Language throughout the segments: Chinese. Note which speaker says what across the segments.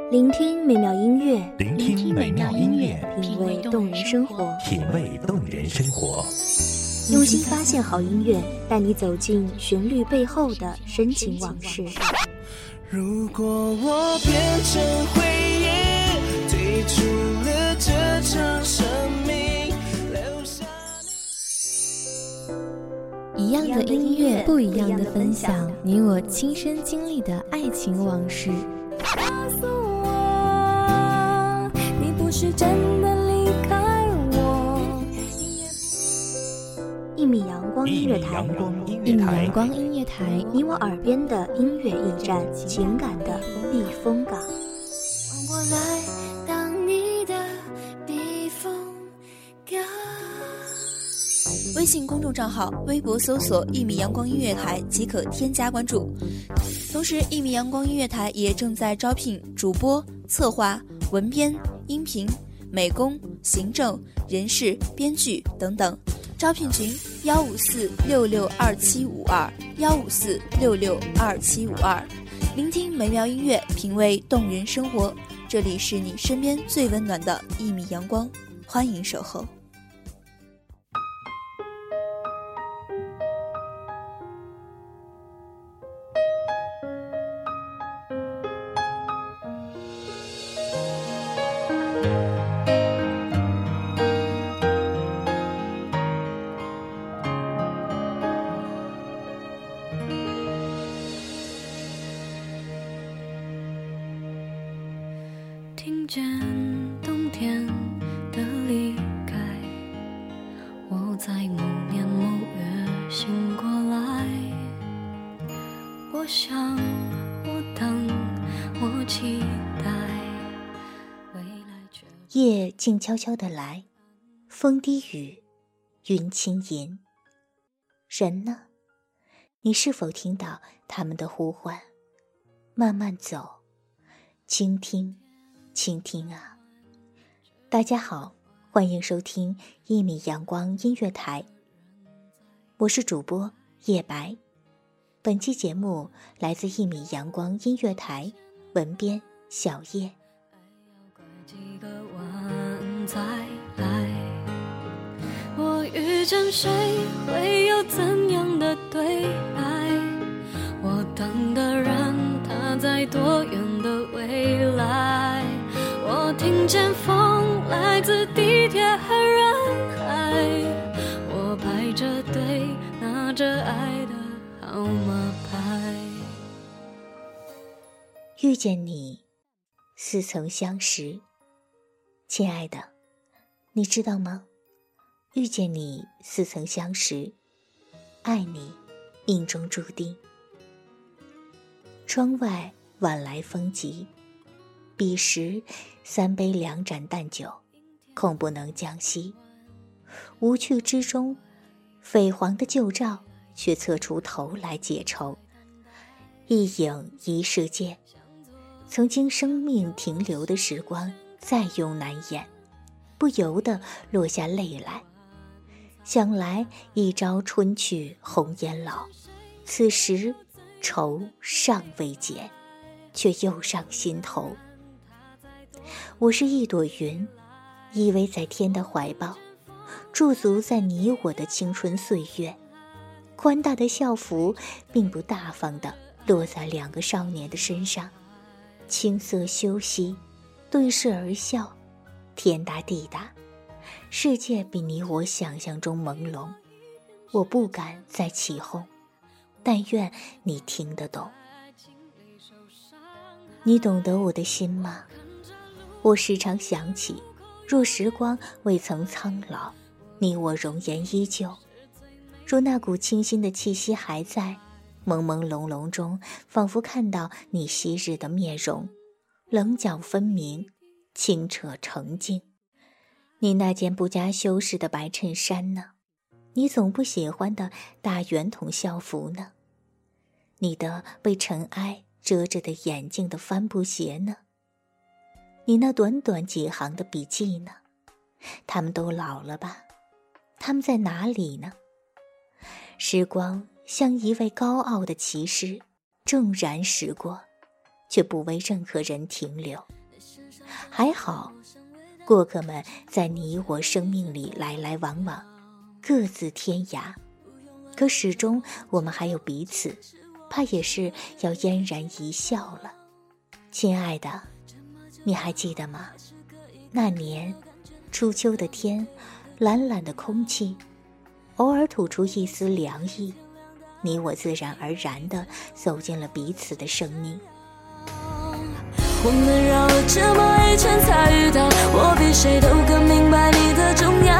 Speaker 1: 聆听美妙音乐，
Speaker 2: 聆听美妙音乐，
Speaker 1: 品味动人生活，
Speaker 2: 品味动人生活。
Speaker 1: 用心发现好音乐，带你走进旋律背后的深情往事。
Speaker 3: 如果我变成回忆，退出了这场生命，留下
Speaker 4: 一样的音乐，不一样的分享，你我亲身经历的爱情往事。
Speaker 5: 告诉我，你不是真的离开我。
Speaker 1: 一米阳光音乐台，
Speaker 4: 一米阳光音乐台，
Speaker 1: 你我耳边的音乐驿站，情感的避风港。
Speaker 5: 让我来当你的避风港。
Speaker 6: 微信公众账号、微博搜索“一米阳光音乐台”即可添加关注。同时，一米阳光音乐台也正在招聘主播、策划、文编、音频、美工、行政、人事、编剧等等。招聘群154662752，154662752。聆听美妙音乐，品味动人生活。这里是你身边最温暖的一米阳光，欢迎守候。
Speaker 5: 听见冬天的离开，我在某年某月醒过来。我想，我等，我期待，未来却
Speaker 7: 夜静悄悄地来，风低语，云轻吟。人呢？你是否听到他们的呼唤？慢慢走，倾听，倾听啊！大家好，欢迎收听一米阳光音乐台，我是主播叶白。本期节目来自一米阳光音乐台，文编小叶。
Speaker 5: 几个晚再来，我遇见谁会有怎样的对白？我等的人他在多远的未来？我听见风来自地铁和人海，我排着队拿着爱的号码牌。
Speaker 7: 遇见你，似曾相识。亲爱的，你知道吗？遇见你，似曾相识，爱你，命中注定。窗外晚来风急，彼时3杯2盏淡酒，恐不能将息。无趣之中，绯黄的旧照却侧出头来解愁。一影一世界，曾经生命停留的时光再用难掩，不由得落下泪来。想来一朝春去红颜老，此时愁尚未解，却又上心头。我是一朵云，依偎在天的怀抱，驻足在你我的青春岁月。宽大的校服并不大方地落在2个少年的身上，青涩修息，对视而笑。天大地大，世界比你我想象中朦胧。我不敢再起哄，但愿你听得懂。你懂得我的心吗？我时常想起，若时光未曾苍老，你我容颜依旧。若那股清新的气息还在，朦朦胧胧中仿佛看到你昔日的面容，棱角分明，清澈澄净。你那件不加修饰的白衬衫呢？你总不喜欢的大圆筒校服呢？你的被尘埃遮着的眼镜的帆布鞋呢？你那短短几行的笔记呢？他们都老了吧？他们在哪里呢？时光像一位高傲的骑士，纵然驶过， 却不为任何人停留。还好，过客们在你我生命里来来往往，各自天涯，可始终我们还有彼此，怕也是要嫣然一笑了。亲爱的，你还记得吗？那年初秋的天，懒懒的空气，偶尔吐出一丝凉意，你我自然而然地走进了彼此的生命。
Speaker 5: 我们绕了这么一圈才遇到，我比谁都更明白你的重要。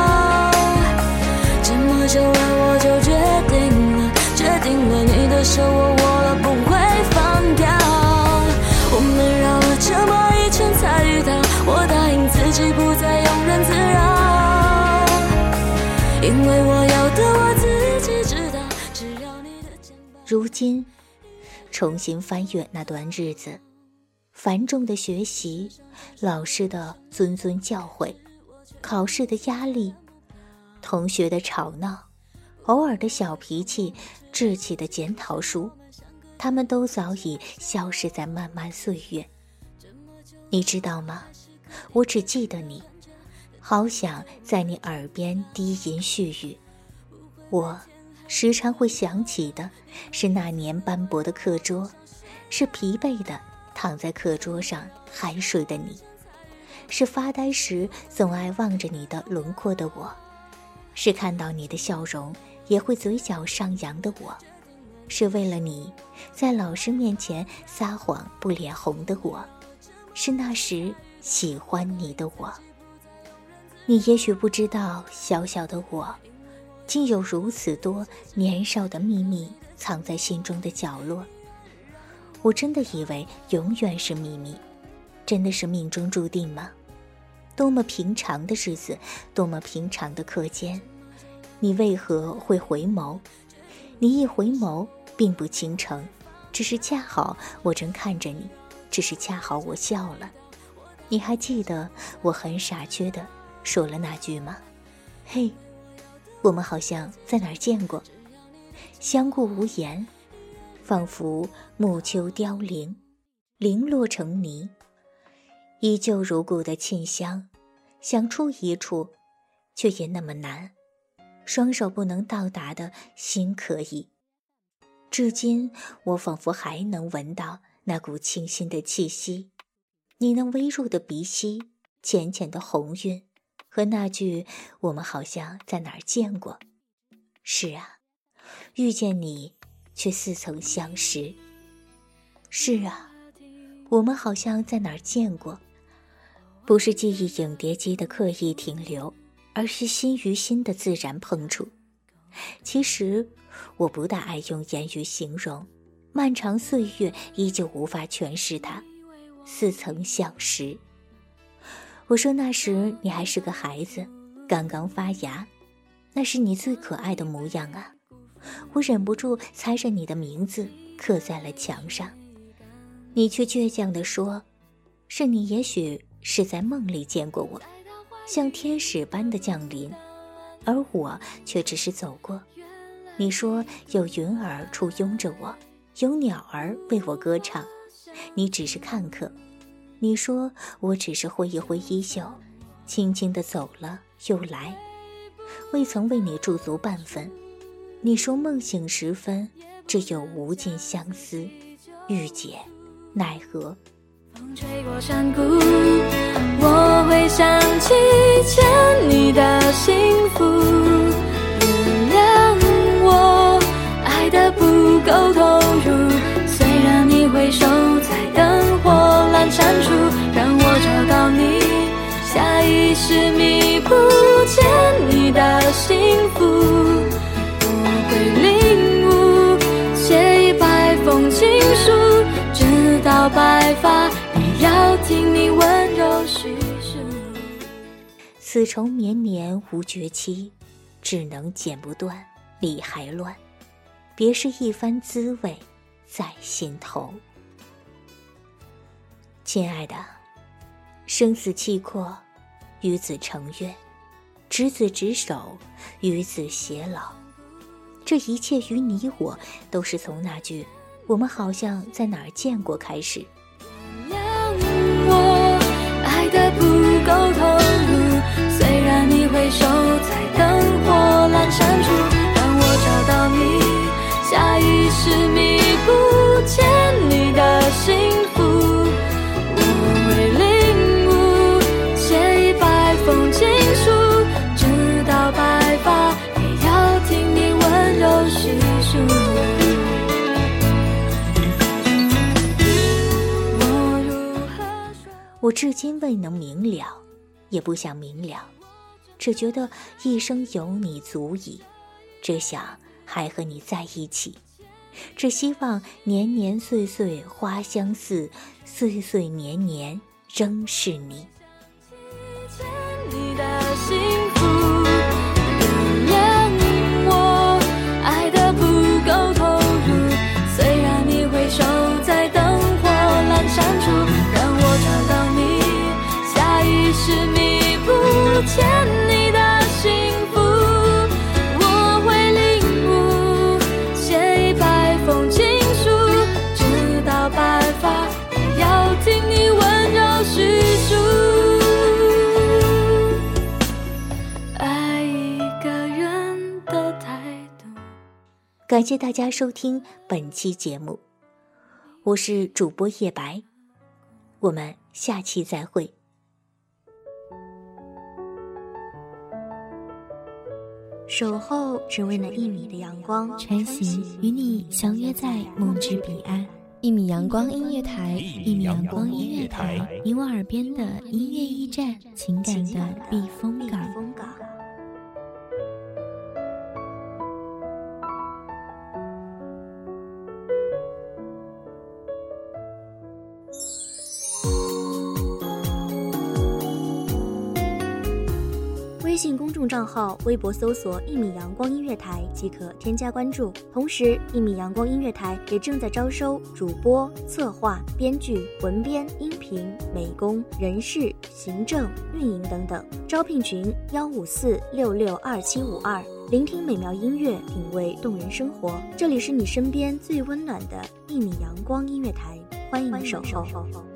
Speaker 5: 这么久了我就决定了你的手我握了不会放掉。我们绕了这么一圈才遇到，我答应自己不再庸人自扰，因为我要的我自己知道，只要你的肩膀。
Speaker 7: 如今重新翻阅那段日子，繁重的学习，老师的谆谆教诲，考试的压力，同学的吵闹，偶尔的小脾气，稚气的检讨书，他们都早已消失在漫漫岁月。你知道吗？我只记得你，好想在你耳边低吟絮语。我时常会想起的是那年斑驳的课桌，是疲惫的躺在课桌上酣睡的你，是发呆时总爱望着你的轮廓的我，是看到你的笑容也会嘴角上扬的我，是为了你在老师面前撒谎不脸红的我，是那时喜欢你的我。你也许不知道，小小的我竟有如此多年少的秘密藏在心中的角落。我真的以为永远是秘密，真的是命中注定吗？多么平常的日子，多么平常的课间，你为何会回眸？你一回眸并不倾城，只是恰好我正看着你，只是恰好我笑了。你还记得我很傻缺的说了那句吗？嘿，我们好像在哪儿见过。相顾无言，仿佛暮秋凋零，零落成泥，依旧如故的沁香，想触一触，却也那么难，双手不能到达的心可以。至今我仿佛还能闻到那股清新的气息，你那微弱的鼻息，浅浅的红晕，和那句我们好像在哪儿见过。是啊，遇见你却似曾相识。是啊，我们好像在哪儿见过，不是记忆影碟机的刻意停留，而是心与心的自然碰触。其实我不大爱用言语形容，漫长岁月依旧无法诠释它，似曾相识。我说那时你还是个孩子，刚刚发芽，那是你最可爱的模样啊。我忍不住猜着你的名字刻在了墙上，你却倔强地说，是你也许是在梦里见过我，像天使般的降临，而我却只是走过。你说有云儿簇拥着我，有鸟儿为我歌唱，你只是看客。你说我只是挥一挥衣袖，轻轻地走了又来，未曾为你驻足半分。你说梦醒时分，只有无尽相思，欲解奈何。
Speaker 5: 风吹过山谷，我会想起欠你的幸福。原谅我爱得不够投入，虽然你回首在灯火阑珊处，让我找到你，下意识弥补欠你的幸福。我会领悟，写一百封情书，直到白发也要听你温柔叙述。
Speaker 7: 此愁绵绵无绝期，只能剪不断，理还乱，别是一番滋味在心头。亲爱的，生死契阔，与子成愿，执子之手，与子偕老。这一切于你我都是从那句我们好像在哪儿见过开始。
Speaker 5: 我爱得不够投入，虽然你回首在灯火阑珊处，让我找到你，下意识迷不见你的幸福。我会领悟，写一百封情书，直到白发也要听你温柔叙述。
Speaker 7: 我至今未能明了，也不想明了，只觉得一生有你足矣，只想还和你在一起，只希望年年岁岁花相似，岁岁年年仍是你。
Speaker 5: 你的幸福，原谅我爱得不够投入，虽然你回首在灯火阑珊处，让我找到你，下意识迷不见你的幸福。我会领悟，写一百封情书，直到白发也要听你温柔叙述。爱一个人的态度。
Speaker 7: 感谢大家收听本期节目，我是主播叶白，我们下期再会。
Speaker 1: 守候只为那1米的阳光，
Speaker 4: 穿行与你相约在梦之彼岸。1米阳光音乐台，1米阳光音乐台，你我耳边的音乐驿站，情感的避风港。
Speaker 1: 微信公众账号、微博搜索1米阳光音乐台即可添加关注。同时，1米阳光音乐台也正在招收主播、策划、编剧、文编、音频、美工、人事、行政、运营等等。招聘群154662752。聆听美妙音乐，品味动人生活。这里是你身边最温暖的1米阳光音乐台，欢迎守候。